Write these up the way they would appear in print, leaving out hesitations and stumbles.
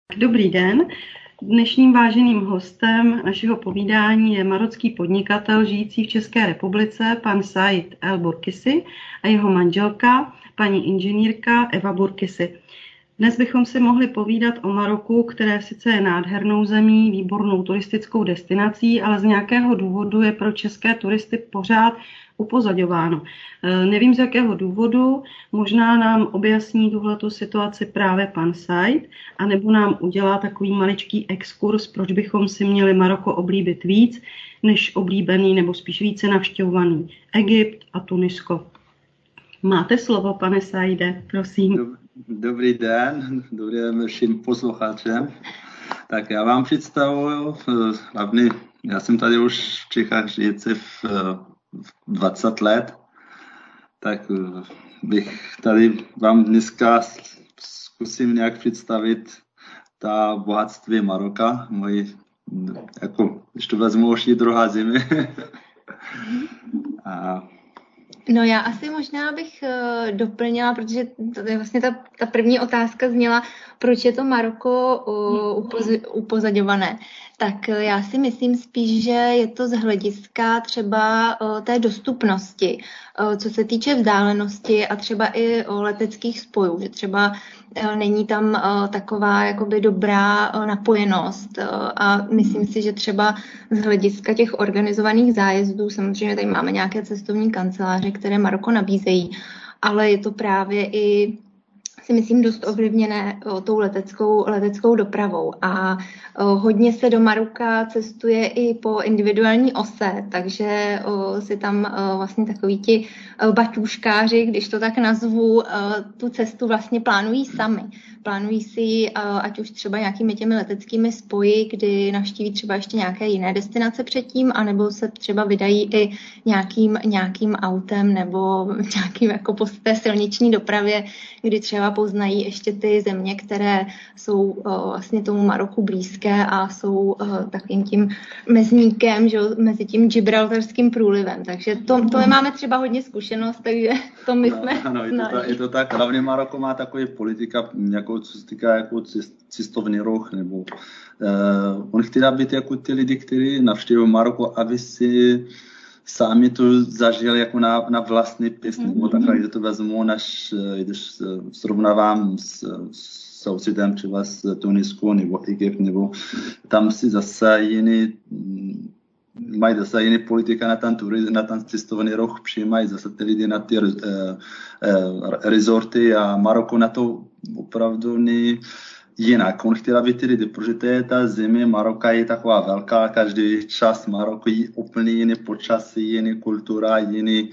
Dobrý den. Dnešním váženým hostem našeho povídání je marocký podnikatel žijící v České republice, pan Said El Bourkissi a jeho manželka, paní inženýrka Eva Bourkissi. Dnes bychom si mohli povídat o Maroku, které sice je nádhernou zemí, výbornou turistickou destinací, ale z nějakého důvodu je pro české turisty pořád upozaďováno. Nevím z jakého důvodu, možná nám objasní tuhletu situaci právě pan Said, anebo nám udělá takový maličký exkurs, proč bychom si měli Maroko oblíbit víc, než oblíbený nebo spíš více navštěvovaný Egypt a Tunisko. Máte slovo, pane Saide, prosím. Dobrý den všem posluchačům. Tak já vám představuju, hlavně já jsem tady už v Čechách žijící v 20 let, tak bych tady vám dneska zkusím nějak představit ta bohatství Maroka, když to vezmu, už je druhá země. No já asi možná bych doplnila, protože to je vlastně ta první otázka zněla, proč je to Maroko upozaďované. Tak já si myslím spíš, že je to z hlediska třeba té dostupnosti, co se týče vzdálenosti a třeba i leteckých spojů, že třeba není tam taková jakoby dobrá napojenost a myslím si, že třeba z hlediska těch organizovaných zájezdů, samozřejmě tady máme nějaké cestovní kanceláře, které Maroko nabízejí, ale je to právě i si myslím dost ovlivněné tou leteckou dopravou a hodně se do Maroka cestuje i po individuální ose, takže si tam vlastně takoví ti baťůškáři, když to tak nazvu, tu cestu vlastně plánují sami. Plánují si ať už třeba nějakými těmi leteckými spoji, kdy navštíví třeba ještě nějaké jiné destinace předtím, anebo se třeba vydají i nějakým autem nebo nějakým jako po té silniční dopravě, kdy třeba poznají ještě ty země, které jsou vlastně tomu Maroku blízké a jsou takovým tím mezníkem, že, mezi tím Gibraltarským průlivem. Takže to máme třeba hodně zkušenost, takže to my jsme je to tak. Hlavně Maroko má takový politika, jako, co se týká jako cestovní ruch, nebo on chtěl být jako ty lidi, kteří navštěvují Maroko, aby si sami to zažili jako na vlastní pěst, nebo takhle, když to vezmu, když srovnávám s sousedem třeba s Tuniskou nebo Egypt, nebo tam si zase mají zase jiný politika na ten cestovní ruch, přijímají zase ty lidi na ty resorty a Maroko na to opravdu jinak. On chtěl být ty lidi, protože to je ta země, Maroka je taková velká, každý čas Maroko je úplně jiný počasí, jiný kultura, jiný,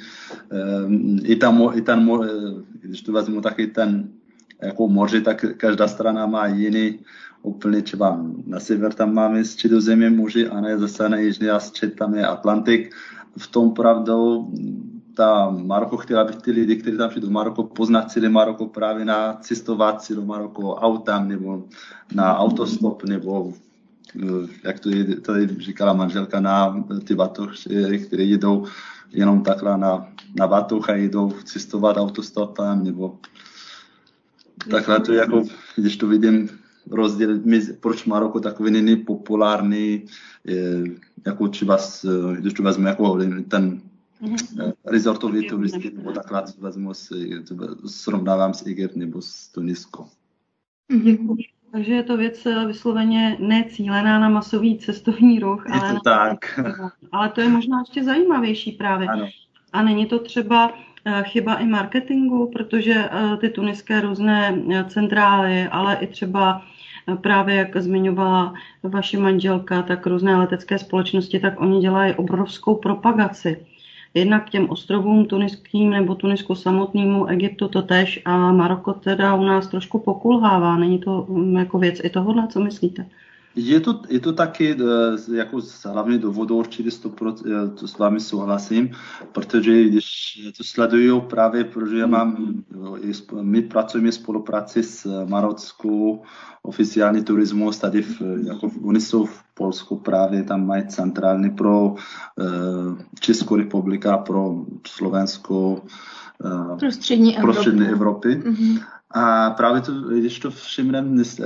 když to vezmu taky ten jako moře, tak každá strana má jiný, úplně třeba na sever tam máme středozemí moře a ne zase na jižní a střed tam je Atlantik. V tom pravdou ta Maroko chtěla být ty lidi, kteří tam přijdou do Maroko, poznat celé Maroko právě na cestovací do Maroko autem nebo na autostop, nebo jak to tady říkala manželka, na ty batohy, které jedou jenom takhle na batoh a jedou cestovat autostopem, nebo takhle to je jako, když to vidím, rozdíl, proč Maroko takový není populární, jako třeba, když to vezmu jako ten resortový turisty, nebo takhle vezmu srovnávám s Egypt nebo s Tuniskou. Takže je to věc vysloveně necílená na masový cestovní ruch, ale to je možná ještě zajímavější právě. Ano. A není to třeba chyba i marketingu, protože ty tuniské různé centrály, ale i třeba právě jak zmiňovala vaše manželka, tak různé letecké společnosti, tak oni dělají obrovskou propagaci. Jednak k těm ostrovům tuniským nebo Tunisku samotnému, Egyptu totéž a Maroko teda u nás trošku pokulhává. Není to jako věc i tohohle, co myslíte? Je to taky jako hlavně důvodů, určitě to s vámi souhlasím, protože když to sleduju právě, protože my pracujeme v spolupráci s marockou oficiální turismus, tady oni jsou v Polsku právě, tam mají centrální pro Českou republiku, pro Slovensko, pro střední Evropy. Mm-hmm. A právě to, když to všimneme,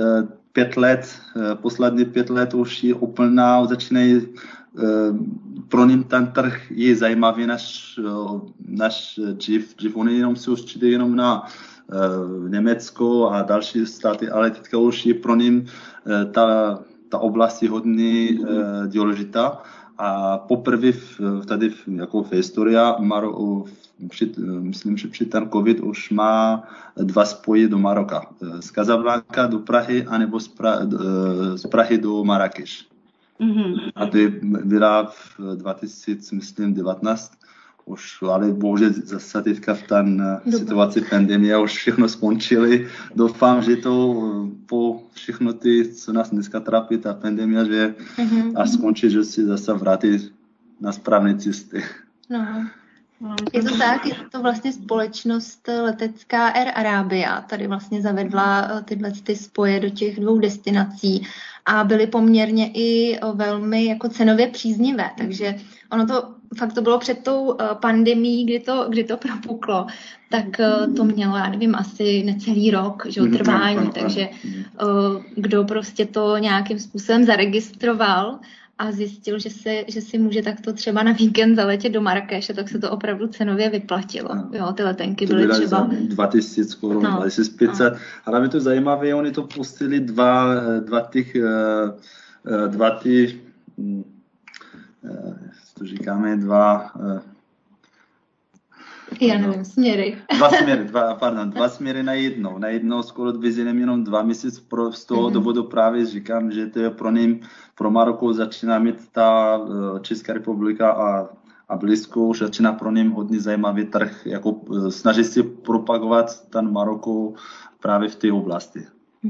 5 let, poslední 5 let už je úplná, začínají pro ním ten trh je zajímavý než dřív. Dřív oni jenom se určitě jenom na Německo a další státy, ale teďka už je pro ním ta oblast je hodně důležitá. A poprvé tady jako v historii myslím, že při ten covid už má 2 spoje do Maroka. Z Casablanca do Prahy, anebo z Prahy do Marrakeš. Mm-hmm. A to byla v 2019 už, ale bože, zase teďka v ten situaci pandemie už všechno skončili. Doufám, že to po všechno ty, co nás dneska trápí, ta pandemie, že až skončí, že si zase vrátí na správné cesty. No. Je to tak, je to vlastně společnost letecká Air Arabia, tady vlastně zavedla tyhle ty spoje do těch 2 destinací a byly poměrně i velmi jako cenově příznivé, takže ono to bylo před tou pandemií, kdy to propuklo, tak to mělo, já nevím, asi necelý rok, že trvání, takže kdo prostě to nějakým způsobem zaregistroval a zjistil, že si může takto třeba na víkend zaletět do Marrakeše, tak se to opravdu cenově vyplatilo. Jo, ty letenky byly třeba 2000 korun, 2500. Ale mi to zajímavé, oni to pustili dva směry. Dva směry na jednou. Na jednou skoro vyzinem jenom 2 měsíce z toho důvodu právě říkám, že to je pro Maroko začíná mít ta Česká republika a blízko už začíná pro něm hodně zajímavý trh, jako snaží si propagovat ten Maroko právě v té oblasti.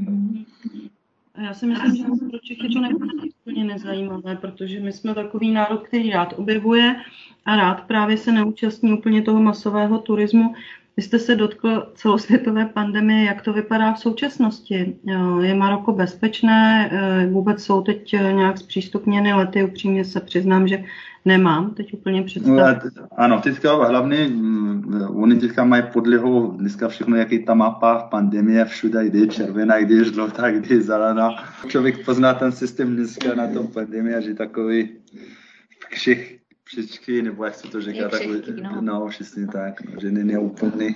A já si myslím, že pro Čechy to nebude úplně nezajímavé, protože my jsme takový národ, který rád objevuje a rád právě se neúčastní úplně toho masového turismu. Vy jste se dotkl celosvětové pandemie, jak to vypadá v současnosti? Je Maroko bezpečné? Vůbec jsou teď nějak zpřístupněny lety? Upřímně se přiznám, že nemám teď úplně představu. Ano, teďka hlavně, oni teďka mají podlihu dneska všechno, jaký ta mapa pandemie, všude, kde je červená, kde je žlutá, kde je zelená. Člověk pozná ten systém dneska na tom pandemie, že takový křičky, nebo jak se to říká, takový, no, přesně tak, no, že není úplný.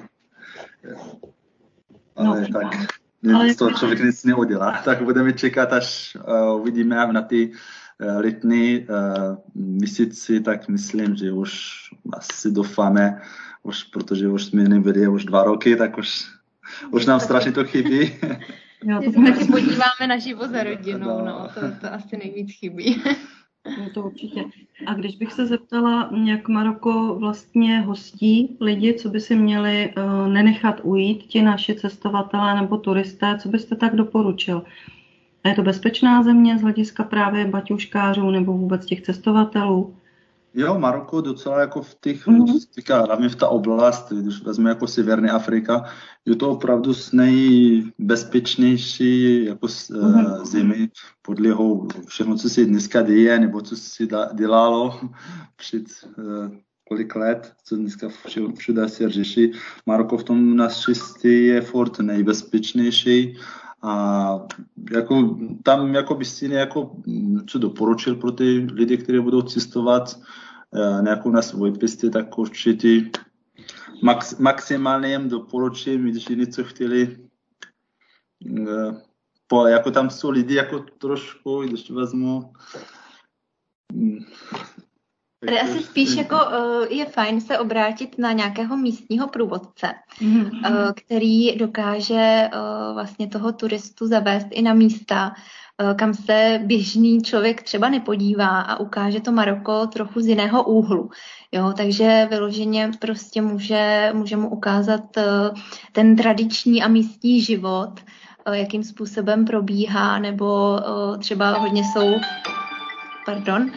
Ale tak, z toho člověk nic neudělá. Tak budeme čekat, až uvidíme na ty letní měsíci, tak myslím, že už asi doufáme, už, protože už jsme nebyli už 2 roky, tak už nám strašně to chybí. Jo, to se taky podíváme na život za rodinou, no, to asi nejvíc chybí. No to určitě. A když bych se zeptala, jak Maroko vlastně hostí lidi, co by si měli nenechat ujít, ti naši cestovatelé nebo turisté, co byste tak doporučil? A je to bezpečná země z hlediska právě baťuškářů nebo vůbec těch cestovatelů? Jo, Maroko docela jako v těch, hlavně v ta oblast, když vezme jako Severní Afrika, je to opravdu nejbezpečnější jako zemi podle všechno, co se dneska děje, nebo co se dělalo před kolik let, co dneska všude se řeší. Maroko v tom naštěstí je furt nejbezpečnější. A jako, tam jako by si nějakou, co doporučil pro ty lidi, kteří budou cestovat nějakou na svoji pěstě, tak určitě maximálně jim doporučím, když něco chtěli. Jako tam jsou lidi jako trošku, když vezmu. Ale asi spíš jako je fajn se obrátit na nějakého místního průvodce, který dokáže vlastně toho turistu zavést i na místa, kam se běžný člověk třeba nepodívá a ukáže to Maroko trochu z jiného úhlu. Jo, takže vyloženě prostě může mu ukázat ten tradiční a místní život, jakým způsobem probíhá, nebo třeba hodně jsou... Pardon.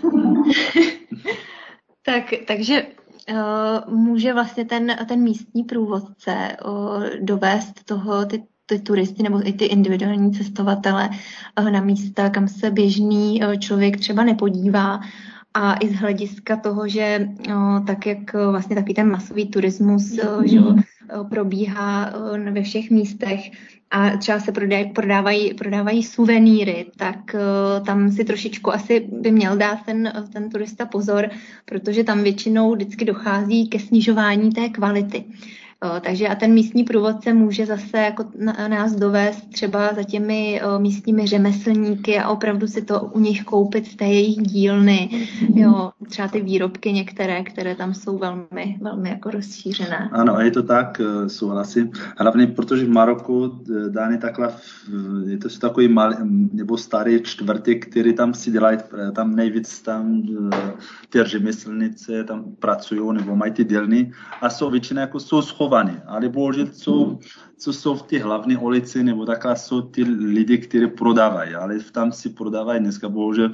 Takže může vlastně ten místní průvodce dovést ty turisty nebo i ty individuální cestovatele na místa, kam se běžný člověk třeba nepodívá. A i z hlediska toho, že tak jak vlastně takový ten masový turismus, že probíhá ve všech místech a třeba se prodávají suvenýry, tak tam si trošičku asi by měl dát ten turista pozor, protože tam většinou vždycky dochází ke snižování té kvality. Takže a ten místní průvodce může zase jako nás dovést třeba za těmi místními řemeslníky a opravdu si to u nich koupit z té jejich dílny. Jo, třeba ty výrobky některé, které tam jsou velmi, velmi jako rozšířené. Ano, a je to tak, souhlasím. Hlavně protože v Maroku dány takhle, je to takový malý, nebo starý čtvrty, který tam si dělají, tam nejvíc tam ty řemeslnice tam pracují nebo mají ty dílny a jsou většinou jako jsou schovaní. Ale bohužel, co jsou v té hlavní ulici, nebo takhle jsou ty lidi, kteří prodávají, ale tam si prodávají dneska, bohužel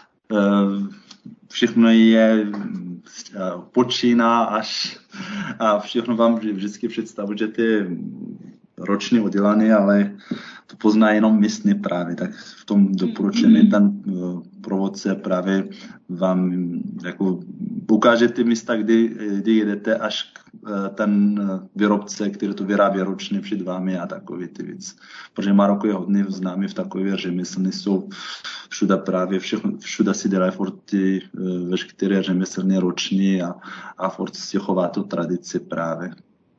všechno je počíná až a všechno vám vždycky představuji, že ty ročně udělané, ale to pozná jenom místní právě, tak v tom doporučení ten průvodce právě vám jako ukáže ty místa, kdy jedete, až ten výrobce, který to vyrábí ročně před vámi a takové ty věci. Protože Maroko je hodně známý v takové řemeslní, jsou všude právě, všude si dělají furt ty veškeré řemeslní roční a furt si chová tu tradici právě.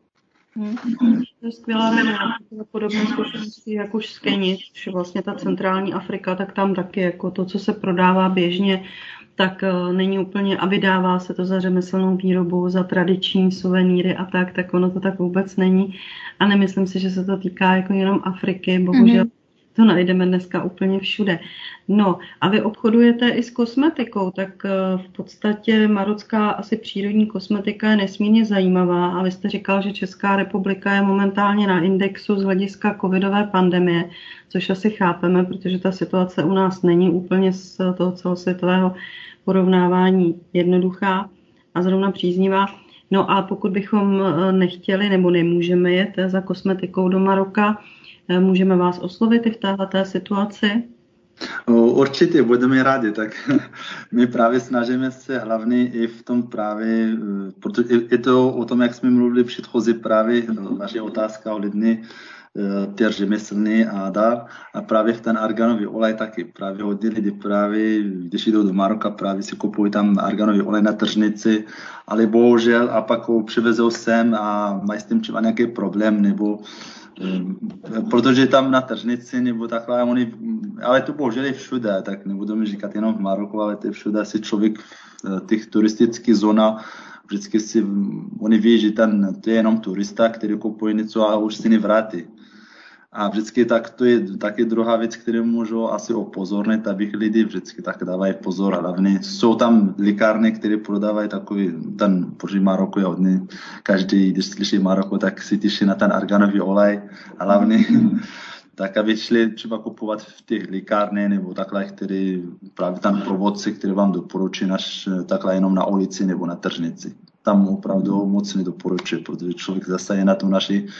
To je skvělá podobné zkušenosti, jak už z Keni, vlastně ta centrální Afrika, tak tam taky jako to, co se prodává běžně, tak není úplně, a vydává se to za řemeslnou výrobu, za tradiční suvenýry a tak ono to tak vůbec není. A nemyslím si, že se to týká jako jenom Afriky, bohužel to najdeme dneska úplně všude. No a vy obchodujete i s kosmetikou, tak v podstatě marocká asi přírodní kosmetika je nesmírně zajímavá a vy jste říkal, že Česká republika je momentálně na indexu z hlediska covidové pandemie, což asi chápeme, protože ta situace u nás není úplně z toho celosvětového porovnávání jednoduchá a zrovna příznivá. No a pokud bychom nechtěli nebo nemůžeme jet za kosmetikou do Maroka, můžeme vás oslovit i v této situaci? Určitě, budeme rádi, tak my právě snažíme se hlavně i v tom právě, protože je to o tom, jak jsme mluvili předchozí právě, naše otázka o lidmi, ty řemeslní a právě v ten arganový olej taky. Právě hodně lidi právě, když jdou do Maroka, právě si kupují tam arganový olej na tržnici, ale bohužel a pak ho přivezou sem a mají s tím třeba nějaký problém, nebo protože tam na tržnici nebo takhle, ale to bohužel je všude, tak nebudeme říkat jenom v Maroku, ale to je všude, asi člověk v těch turistických zónách vždycky si, oni ví, že to je jenom turista, který kupuje něco a už si nevrátí. A vždycky tak to je taky druhá věc, kterou můžu asi opozornit, abych lidi vždycky tak dávají pozor. Hlavně jsou tam lékárny, které prodávají takový, protože Maroko je hodně, každý, když slyší Maroko, tak si těší na ten arganový olej. A hlavně tak, aby šli třeba kupovat v těch lékárny nebo takhle, který právě ten průvodce, který vám doporučí takhle jenom na ulici nebo na tržnici. Tam opravdu moc nedoporučuje, protože člověk zase je na tu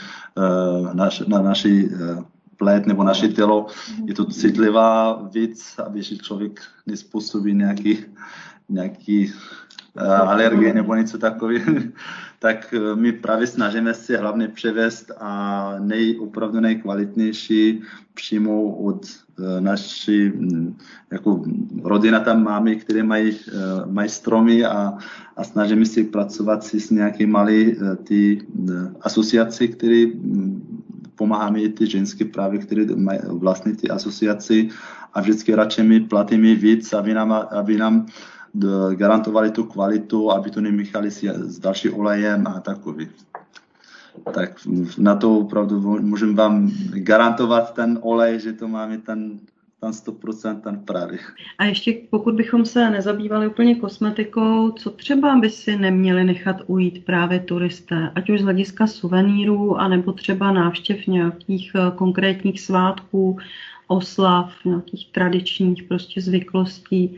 naši plét nebo naše tělo. Je to citlivá věc, aby člověk nespůsobí nějaký alergie nebo něco takového. Tak my právě snažíme se hlavně převést a opravdu nejkvalitnější přímo od naší jako rodina tam máme, které mají stromy a snažíme se pracovat si s nějakými malý ty asociaci, které pomáháme i ty ženské právě, které mají vlastně ty asociaci a vždycky radši my platíme víc, aby nám garantovali tu kvalitu, aby to nemíchali s dalším olejem a takový. Tak na to opravdu můžeme vám garantovat ten olej, že to máme ten 100% ten pravý. A ještě pokud bychom se nezabývali úplně kosmetikou, co třeba by si neměli nechat ujít právě turisté, ať už z hlediska suvenýrů, anebo třeba návštěv nějakých konkrétních svátků, oslav, nějakých tradičních prostě zvyklostí?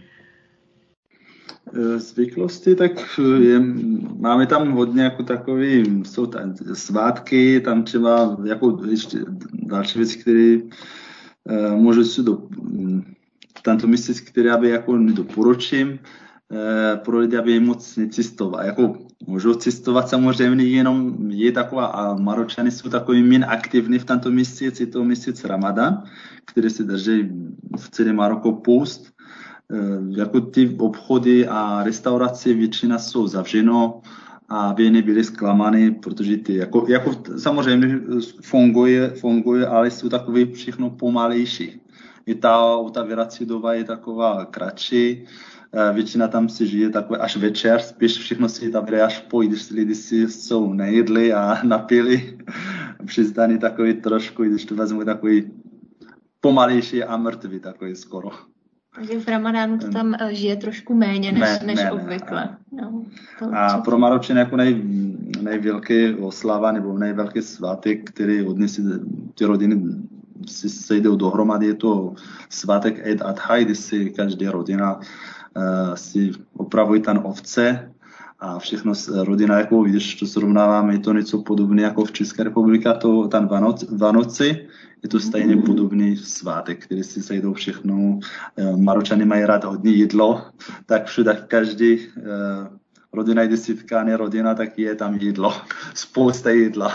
Zvyklosti, tak máme tam hodně jako takový, jsou tam svátky, tam třeba jako ještě další věci, které můžu si tento měsíc, které já by jako nedoporučím. pro lidi, aby moc necestovali. Jako můžou cestovat samozřejmě jenom je taková, a Maročani jsou takový méně aktivní v tomto měsíci, je to měsíc Ramadan, který se drží v celé Maroko post. Jako ty obchody a restaurace většina jsou zavřeno a věny byly zklamaný, protože ty jako samozřejmě funguje, ale jsou takové všechno pomalejší. I ta otevírací doba je taková kratší, většina tam si žije takové až večer, spíš všechno si tam jde až po, když lidi si jsou nejedli a napili. Přizdání takový trošku, když to vezmu takový pomalejší a mrtvý, takový skoro. Takže v Ramadánu to tam žije trošku méně než obvykle. No, a pro Maročany jako nejvělký oslava nebo nejvělký svátek, který odnesí ty rodiny si sejdou dohromady, je to svátek Eid Adha, kdy si každá rodina si opravuje ten ovce a všechno rodina, jako když to srovnáváme, je to něco podobné jako v České republice, to ten Vánoci, je to stejně podobný svátek, který si sejdou všechno. Maročani mají rád hodně jídlo, tak všude každý rodina, když si tkáne rodina, tak je tam jídlo, spousta jídla.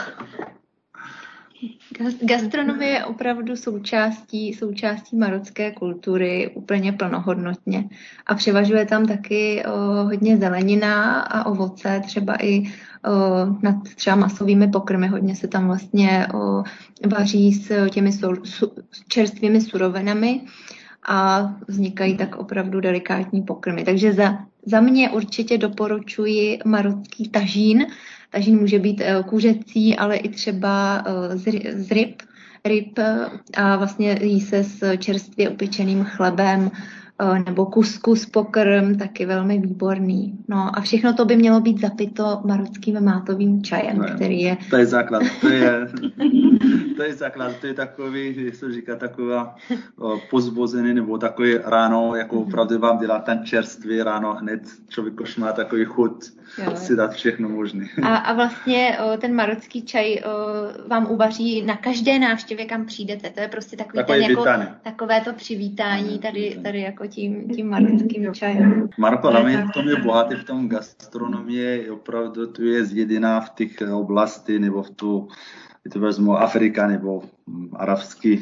Gastronomie je opravdu součástí marocké kultury úplně plnohodnotně a převažuje tam taky hodně zelenina a ovoce, třeba i nad třeba masovými pokrmy. Hodně se tam vlastně vaří s těmi čerstvými surovinami a vznikají tak opravdu delikátní pokrmy. Takže za mě určitě doporučuji marocký tažín. Tažín může být kuřecí, ale i třeba z ryb a vlastně jí se s čerstvě upečeným chlebem nebo kuskus pokrm, taky velmi výborný. No a všechno to by mělo být zapito marockým mátovým čajem, který je... To je základ, to je základ, to je takový, jak se říká, taková pozbozený nebo takový ráno, jako opravdu vám dělá ten čerstvý ráno hned, člověk už má takový chuť si dát všechno možné. A vlastně ten marocký čaj vám uvaří na každé návštěvě, kam přijdete. To je prostě takové to přivítání tady jako tím marockým čajem. Maroko hlavně v tom je bohatý, v tom gastronomie, opravdu tu je jediná v těch oblasti, nebo v tu, to vezmu Afrika, nebo arabský.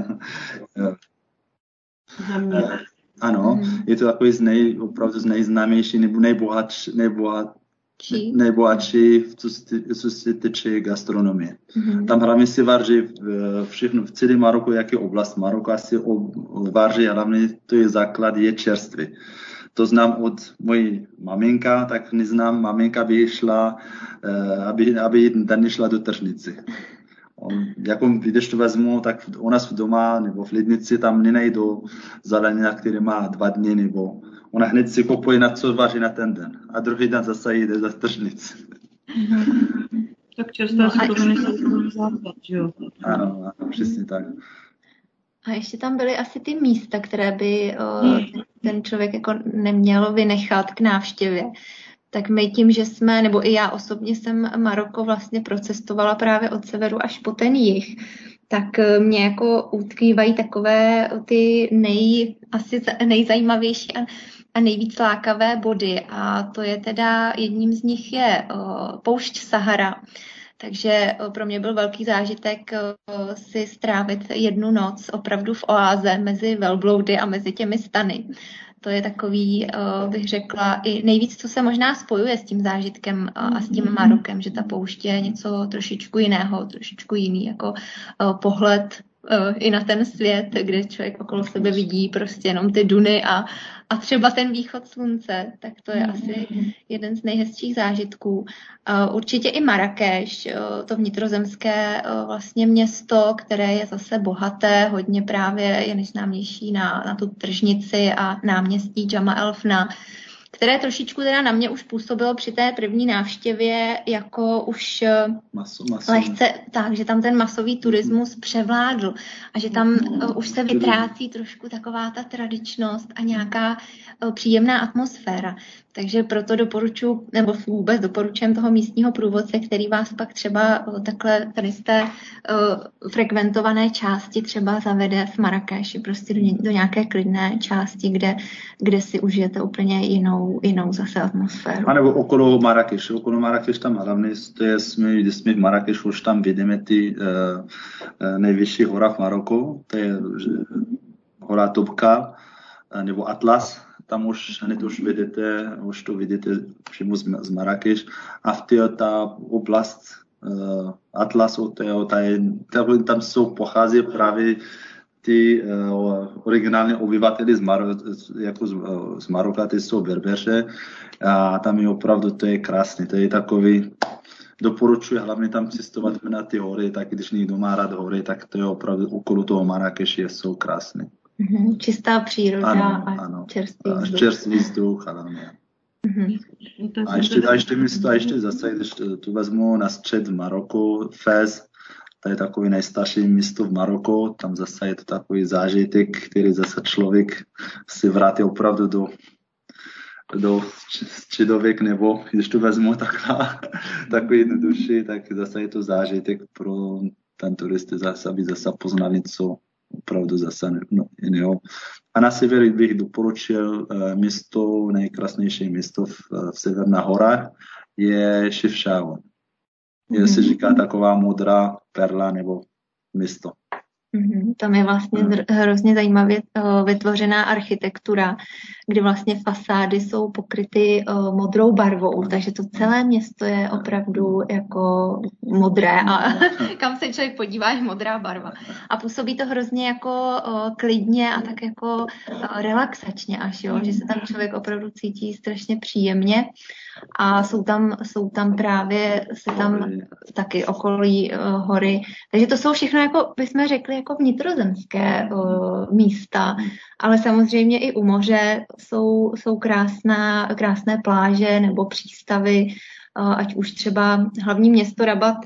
Ano, je to takový opravdu z nejznámější, nebo nejbohatší, co se týče gastronomie. Tam hlavně si vaří všechno v celé Maroku, jaký oblast Maroka si vaří, hlavně to je základ, je čerstvý. To znám od mojí maminka, tak neznám, maminka by šla, aby nešla do tržnice. Jako když to vezmu, tak u nás v doma nebo v lednici tam nenajdou zelenina, které má 2 dny, nebo ona hned si kupuje na co vaří na ten den. A druhý den zase jde za tržnici. Tak čerstvé suroviny jsou základ, že jo? Ano, přesně tak. A ještě tam byly asi ty místa, které by ten člověk jako neměl vynechat k návštěvě. Tak my tím, že jsme, nebo i já osobně jsem Maroko vlastně procestovala právě od severu až po ten jih, tak mě jako utkvívají takové ty asi nejzajímavější a nejvíc lákavé body. A to je teda, jedním z nich je poušť Sahara. Takže pro mě byl velký zážitek si strávit jednu noc opravdu v oáze mezi velbloudy a mezi těmi stany. To je takový, bych řekla, i nejvíc, co se možná spojuje s tím zážitkem a s tím Marokem, že ta poušť je něco trošičku jiného, trošičku jiný jako pohled i na ten svět, kde člověk okolo sebe vidí prostě jenom ty duny a třeba ten východ slunce, tak to je asi jeden z nejhezčích zážitků. Určitě i Marrakeš, to vnitrozemské vlastně město, které je zase bohaté, hodně právě je nejznámější na tu tržnici a náměstí Jama el Fna, které trošičku teda na mě už působilo při té první návštěvě jako už lehce tak, že tam ten masový turismus převládl a že tam už se vytrácí trošku taková ta tradičnost a nějaká příjemná atmosféra. Takže proto doporučuji, nebo vůbec doporučujem toho místního průvodce, který vás pak třeba takhle tady z té frekventované části třeba zavede v Marrakeši, prostě do nějaké klidné části, kde si užijete úplně jinou jinou zase atmosféru. A nebo okolo Marrakeše. Okolo Marrakeš tam hlavně, když jsme v Marrakešu, už tam vidíme ty nejvyšší hora v Maroku, to je hora Tobka, nebo Atlas, tam už hned už to vidíte přímo z Marrakeš. A v té ta oblast Atlasu, tam jsou pochází právě ty originální obyvateli z Maroka, ty jsou Berbeře a tam je opravdu, to je krásný, to je takový, doporučuji hlavně tam cestovat na ty hory, tak když někdo má rád hory, tak to je opravdu okolo toho Marrakeši jsou krásný. Čistá příroda a čerstvý vzduch. A ještě místo, zase, když tu vezmu na střed v Maroku, Fez, to je takový nejstarší místo v Maroku, tam zase je to takový zážitek, který zase člověk si vrátí opravdu do středověk, nebo když to vezmu takový jednodušší, tak zase je to zážitek pro ten turisty zase, aby zase poznal něco opravdu zase jiného. A na sever bych doporučil nejkrásnější místo v Severních horách je Chefchaouen. Se říká taková modrá perla nebo město. Tam je vlastně hrozně zajímavě vytvořená architektura, kdy vlastně fasády jsou pokryty modrou barvou, takže to celé město je opravdu jako modré a kam se člověk podívá, je modrá barva. A působí to hrozně jako klidně a tak jako relaxačně až, jo, že se tam člověk opravdu cítí strašně příjemně. A jsou tam právě taky okolí hory. Takže to jsou všechno, jako bychom řekli, jako vnitrozemské místa, ale samozřejmě i u moře jsou krásné pláže nebo přístavy, ať už třeba hlavní město Rabat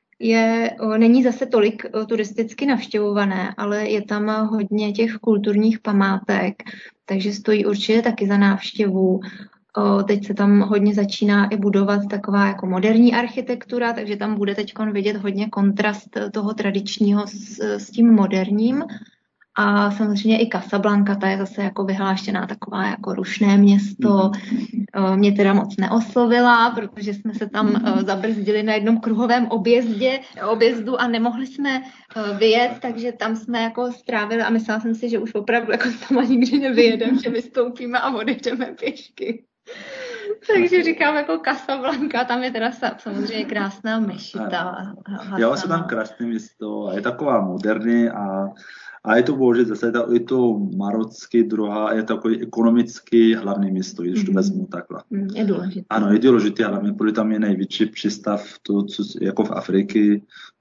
není zase tolik turisticky navštěvované, ale je tam hodně těch kulturních památek, takže stojí určitě taky za návštěvu. Teď se tam hodně začíná i budovat taková jako moderní architektura, takže tam bude teď vidět hodně kontrast toho tradičního s tím moderním. A samozřejmě i Casablanca, ta je zase jako vyhlášená taková jako rušné město. Mě teda moc neoslovila, protože jsme se tam zabrzdili na jednom kruhovém objezdu a nemohli jsme vyjet, takže tam jsme jako strávili a myslela jsem si, že už opravdu jako tam nikdy nevyjedeme, že vystoupíme a odejdeme pěšky. Takže říkám jako Casablanca, tam je teda samozřejmě krásná mešita. Já jsem tam krásné město a je taková moderní a je to bože zase je to marocký druhá, je takový ekonomický hlavní město, když to vezmu takhle. Je důležité. Ano, je důležité, hlavně protože tam je největší přístav, jako v Afriky,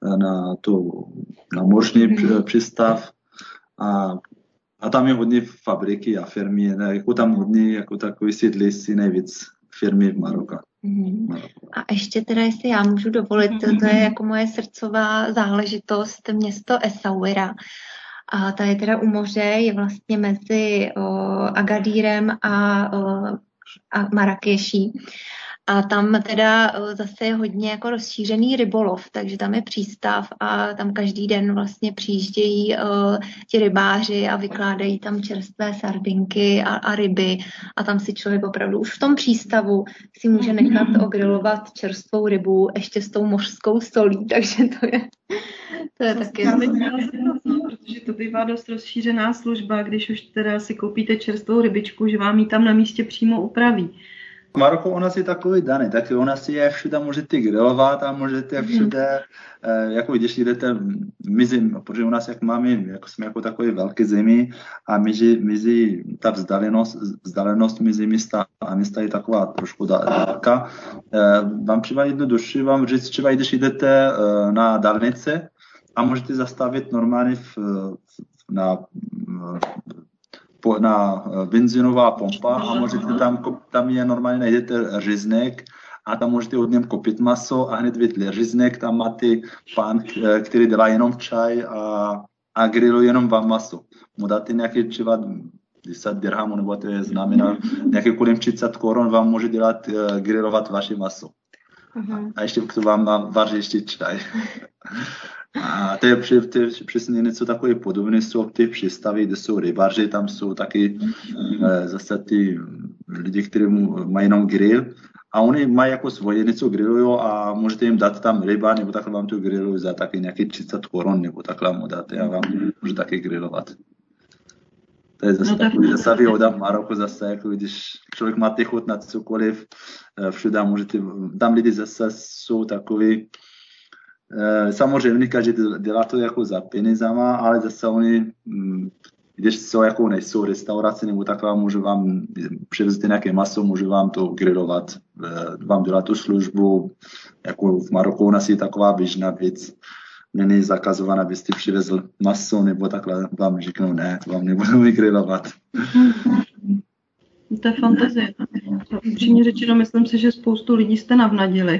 na mořní přístav a tam je hodně fabriky a firmy, jako tam hodně, jako takový sídliště nejvíc firmy v Maroku. A ještě teda, jestli já můžu dovolit, to je jako moje srdcová záležitost, město Essaouira. A ta je teda u moře, je vlastně mezi Agadírem a Marrakeší. A tam teda zase je hodně jako rozšířený rybolov, takže tam je přístav a tam každý den vlastně přijíždějí ti rybáři a vykládají tam čerstvé sardinky a ryby a tam si člověk opravdu už v tom přístavu si může nechat ogrilovat čerstvou rybu ještě s tou mořskou solí, takže to je taky... Protože to bývá dost rozšířená služba, když už teda si koupíte čerstvou rybičku, že vám ji tam na místě přímo upraví. V Maroku u nás je takový daný, tak u nás je všude můžete grilovat a můžete všude, jako když jdete protože u nás jsme jako takový velký zemi a mezi ta vzdálenost mezi města a města je taková trošku dálka. Vám třeba jednodušší vám říct, třeba když jdete na dálnice a můžete zastavit normálně na benzínová pompa a můžete tam je normálně najdete říznek a tam můžete od něm koupit maso a hned vidíte říznek, tam máte pán, který dělá jenom čaj a grilluje jenom vám maso. Mu dáte nějaké třeba 10 dirhamů, nebo to je znamená nějaké kolem 30 korun vám může dělat grillovat vaše maso. A ještě to vám vaří ještě čaj. A to je přesně něco takové podobné, jsou ty přístavy, kde jsou rybaři, tam jsou taky zase ty lidi, kteří mají jenom grill a oni mají jako svoje, něco grillují a můžete jim dát tam ryba, nebo takhle vám to grillují za taky nějaký 30 korun, nebo takhle mu dáte a vám můžu taky grillovat. To je zase takový zase výhoda v Maroku, zase jako když člověk má ty chuť na cokoliv, všude můžete, tam lidi zase jsou takový. Samozřejmě každý dělá to jako za penězama, ale zase oni, když jsou jako nejsou restaurace nebo takhle, můžu vám přivést nějaké maso, můžu vám to grillovat, vám dělat tu službu, jako v Maroku u nás je taková běžná věc, není zakazovaná, abyste přivezl maso nebo takhle, vám řeknou ne, to vám nebudeme grillovat. To je fantazie. Upřímně řečeno, myslím si, že spoustu lidí jste navnadili.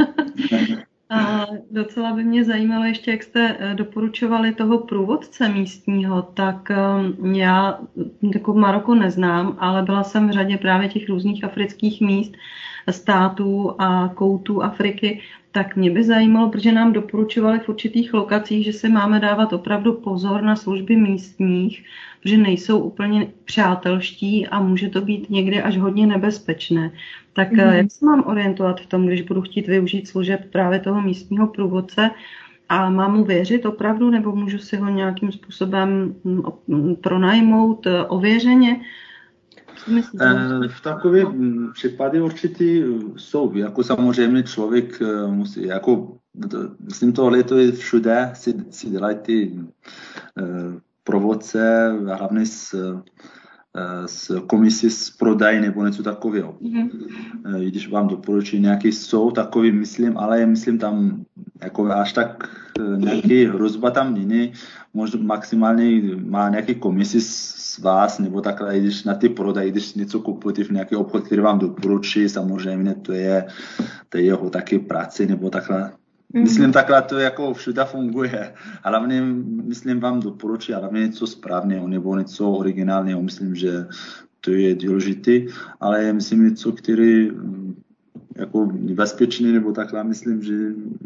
A docela by mě zajímalo ještě, jak jste doporučovali toho průvodce místního, tak já jako Maroko neznám, ale byla jsem v řadě právě těch různých afrických míst, států a koutů Afriky, tak mě by zajímalo, protože nám doporučovali v určitých lokacích, že si máme dávat opravdu pozor na služby místních, protože nejsou úplně přátelští a může to být někdy až hodně nebezpečné. Tak jak se mám orientovat v tom, když budu chtít využít služeb právě toho místního průvodce a mám mu věřit opravdu, nebo můžu si ho nějakým způsobem pronajmout ověřeně? V takových případě určitě jsou, jako samozřejmě člověk musí, jako myslím tohle to je všude, si dělají ty provodce, hlavně z komisí z prodaj nebo něco takového. I když vám doporučuji nějaký jsou takový, myslím, ale myslím tam jako až tak nějaký hrozba tam není. Možná maximálně má nějaký komisi z vás nebo takhle, když na ty prodaj, když něco kupujete v nějaký obchod, který vám doporučí, samozřejmě to je jeho taky práce nebo takhle. Myslím, takhle to jako všude funguje. Hlavně, myslím, vám doporučí, hlavně něco správného nebo něco originálního. Myslím, že to je důležité, ale myslím něco, který jako bezpečný nebo takhle, myslím, že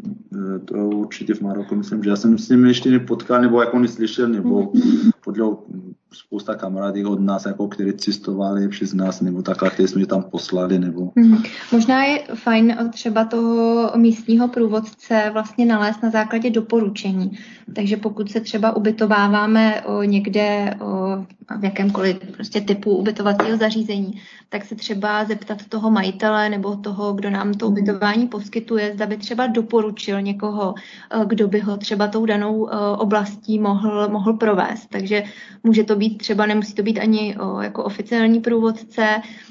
to určitě v Maroku, myslím, že já jsem s ním ještě nepotkal, nebo jako neslyšel, nebo podle spousta kamarádů od nás, jako, kteří cestovali přes nás, nebo takhle, kteří jsme tam poslali, nebo... Možná je fajn třeba toho místního průvodce vlastně nalézt na základě doporučení. Takže pokud se třeba ubytováváme někde v jakémkoliv prostě typu ubytovacího zařízení, tak se třeba zeptat toho majitele nebo toho, kdo nám to ubytování poskytuje, zda by třeba doporučil někoho, kdo by ho třeba tou danou oblastí mohl provést. Takže může to být třeba, nemusí to být ani jako oficiální průvodce,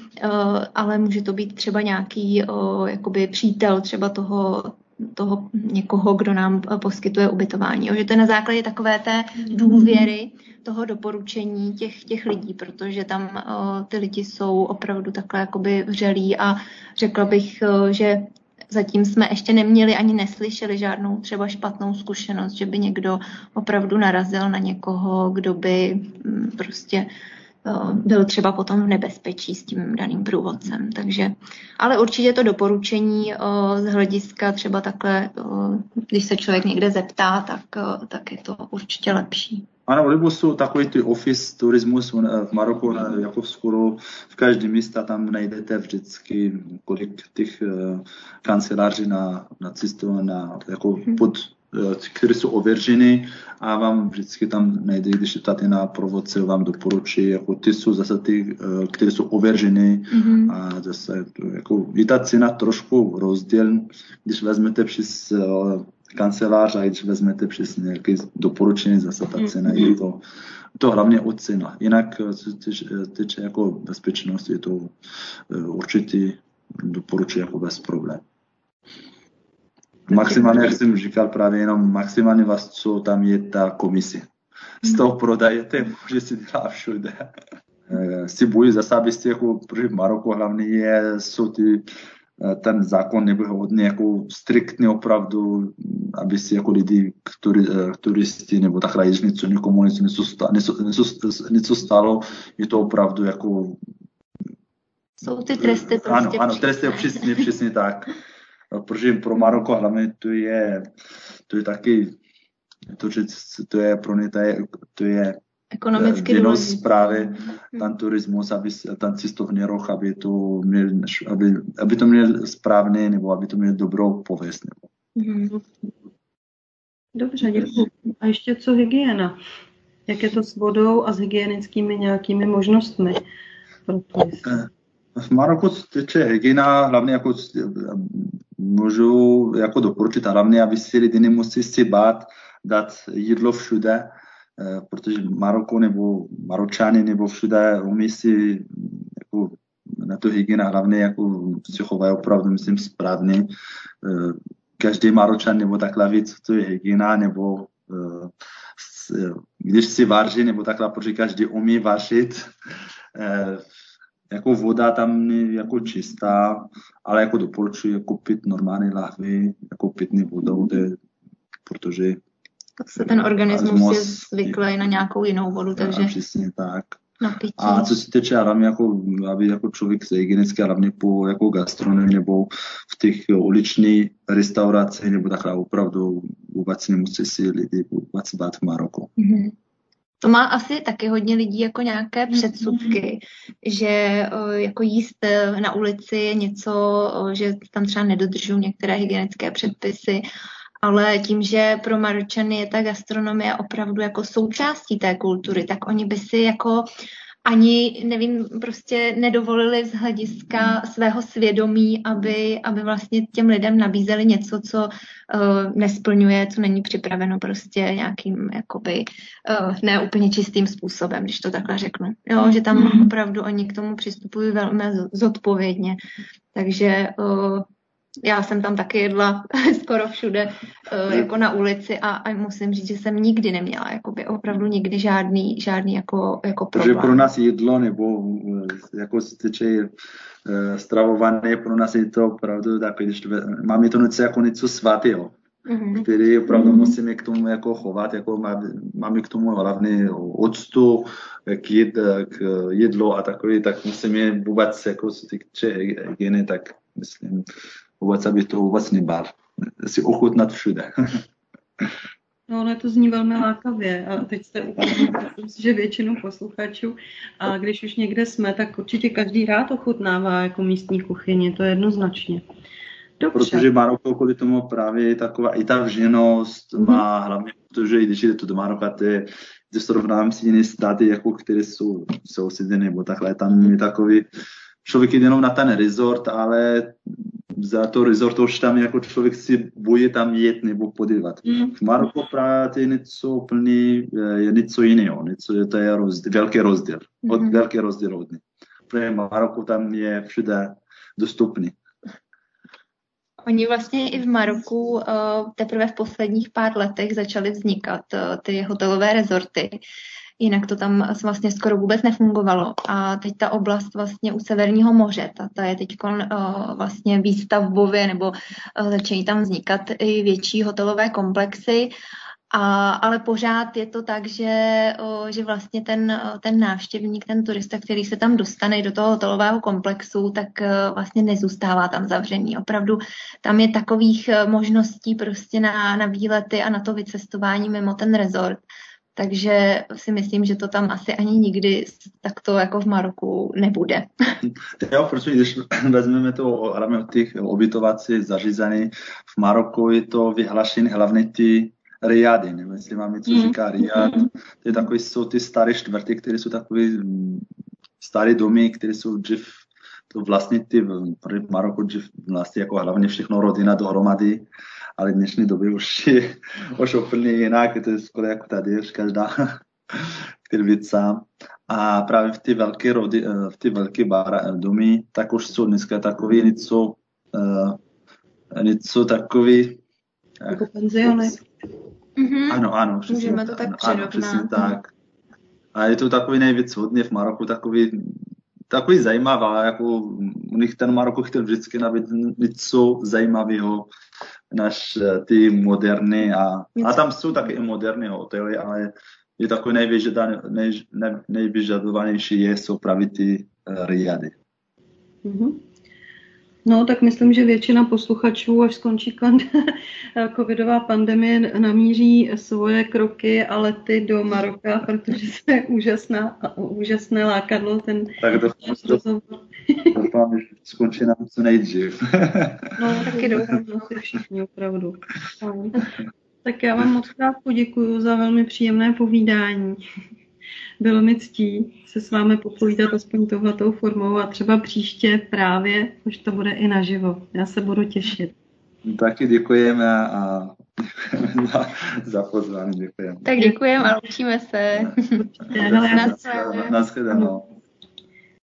ale může to být třeba nějaký jakoby přítel třeba toho někoho, kdo nám poskytuje ubytování. Že to je na základě takové té důvěry, toho doporučení těch lidí, protože tam ty lidi jsou opravdu takhle jakoby vřelí a řekla bych, že zatím jsme ještě neměli ani neslyšeli žádnou třeba špatnou zkušenost, že by někdo opravdu narazil na někoho, kdo by prostě byl třeba potom v nebezpečí s tím daným průvodcem. Takže, ale určitě to doporučení z hlediska třeba takhle, když se člověk někde zeptá, tak je to určitě lepší. Ano, nebo jsou takový ty office turismus v Maroku, jako skoro v každém místě tam najdete vždycky kolik těch kanceláří na cestu, jako které jsou ověřeny a vám vždycky tam najde, když jste na provodce, vám doporučí, jako ty jsou zase ty, které jsou ověřeny a zase jako je ta cena trošku rozdíl, když vezmete přes kancelář a když vezmete přes nějaké doporučení, zase ta cena je to hlavně od cena. Jinak týče jako bezpečnost, je to určitě doporučení jako bez problém. Maximálně, jak jsem říkal, právě jenom maximálně vás, co tam je ta komisi. Z toho prodajete, může si dělat všude. Si bojí zase, abyste jako, protože v Maroku hlavně jsou ten zákon nebyl hodně jako striktní opravdu, aby si jako lidi, turisti nebo takhle, když někomu něco stalo, je to opravdu jako... Jsou ty tresty prostě. Ano, tresty přesně tak. Protože pro Maroko hlavně to je taky To je pro ně, to je ekonomicky důležité. Právě ten turismus, aby ten cestovní ruch, aby to měl správný, nebo aby to měl dobrou pověst. Dobře, děkuji. A ještě co hygiena? Jak je to s vodou a s hygienickými nějakými možnostmi? V Maroku teče hygiena, hlavně jako můžu jako doporučit, a hlavně, aby si lidi nemusí si bát dát jídlo všude, protože Maroko nebo Maročany nebo všude umí si jako na to hygiena hlavně jako se chovají opravdu, myslím, správně. Každý Maročan nebo takhle ví, co to je hygiena, nebo když si vaří, nebo takhle, protože každý umí vařit. Jako voda tam je jako čistá, ale jako doporučuji jako pít normální lahvi, jako pitný vodou, protože se ten organismus je zvyklý na nějakou jinou vodu, takže přesně tak. Napití. A co se týče hlavně jako, aby jako člověk se hygienicky hlavně po jako gastronomii nebo v těch uličních restauracích nebo takhle opravdu vůbec nemusí si lidi vůbec bát v Maroku. To má asi taky hodně lidí jako nějaké předsudky, že jako jíst na ulici je něco, že tam třeba nedodržují některé hygienické předpisy, ale tím, že pro Maročany je ta gastronomie opravdu jako součástí té kultury, tak oni by si jako ani, nevím, prostě nedovolili z hlediska svého svědomí, aby vlastně těm lidem nabízeli něco, co nesplňuje, co není připraveno prostě nějakým jakoby ne úplně čistým způsobem, když to takhle řeknu. Jo, že tam opravdu oni k tomu přistupují velmi zodpovědně. Takže já jsem tam taky jedla skoro všude jako na ulici a musím říct, že jsem nikdy neměla jakoby opravdu nikdy žádný jako problém. Protože pro nás jídlo nebo jako se týče stravované, pro nás je to opravdu tak, když máme to něco svatého, který opravdu musíme k tomu jako chovat, jako máme k tomu hlavně octu, k jídlu a takový, tak musíme vůbec jako se týče hygieny, tak myslím, vůbec, aby to vůbec nebál. Si ochutnat všude. No, ale to zní velmi lákavě. A teď jste ukázali, že většinu posluchačů, a když už někde jsme, tak určitě každý rád ochutnává jako místní kuchyně, to je jednoznačně. Dobře. Protože Maroko kvůli tomu právě taková i ta vženost má hlavně, protože když jde to do Maroka, když srovnám si jiné státy, jako které jsou sousedné, nebo takhle, tam je takový, člověk jde jenom na ten resort, ale za to resort už tam jako člověk si bojí tam jet nebo podívat. V Maroku právě je něco úplně, je něco jiného, to je velký rozdíl. Velký rozdíl od ní. Protože Maroku tam je všude dostupný. Oni vlastně i v Maroku teprve v posledních pár letech začaly vznikat ty hotelové rezorty. Jinak to tam vlastně skoro vůbec nefungovalo. A teď ta oblast vlastně u Severního moře, ta je teď vlastně výstavbově, nebo začínají tam vznikat i větší hotelové komplexy. Ale pořád je to tak, že vlastně ten návštěvník, ten turista, který se tam dostane do toho hotelového komplexu, tak vlastně nezůstává tam zavřený. Opravdu tam je takových možností prostě na výlety a na to vycestování mimo ten rezort. Takže si myslím, že to tam asi ani nikdy takto jako v Maroku nebude. Jo, protože když vezmeme to hlavně od těch ubytovacích zařízení, v Maroku je to vyhlášené hlavně ty riady, nevím, jestli máme co říká riad. To je takový, jsou ty staré čtvrty, které jsou takové staré domy, které jsou dřív, to vlastně ty v Maroku dřív vlastně jako hlavně všechno rodina dohromady, ale v dnešní době už je úplně jinak, to je skoro jako tady, už každá který být sám. A právě v ty velké domy, tak už jsou dneska takový něco takový jako penziony. Ano, přesně. Můžeme to tak přirovnat. Tak. A je to takový nejvíc hodně v Maroku, takový zajímavá, jako u nich ten Maroko chtěl vždycky nabít něco zajímavého, než ty moderní a tam jsou taky i moderní hotely, ale je takový nejvyžadovanější jsou právě ty riady. No, tak myslím, že většina posluchačů, až skončí covidová pandemie, namíří svoje kroky a lety do Maroka, protože to je úžasné lákadlo. Tak doufám, že skončí nám co nejdřív. No, taky doufám, že všichni opravdu. Tak já vám moc krát poděkuju za velmi příjemné povídání. Bylo mi ctí se s vámi popovídat aspoň touhletou formou a třeba příště právě, už to bude i naživo. Já se budu těšit. Taky děkujeme a děkujeme za pozvání. Děkujeme. Tak děkujeme a loučíme se. Naschledanou.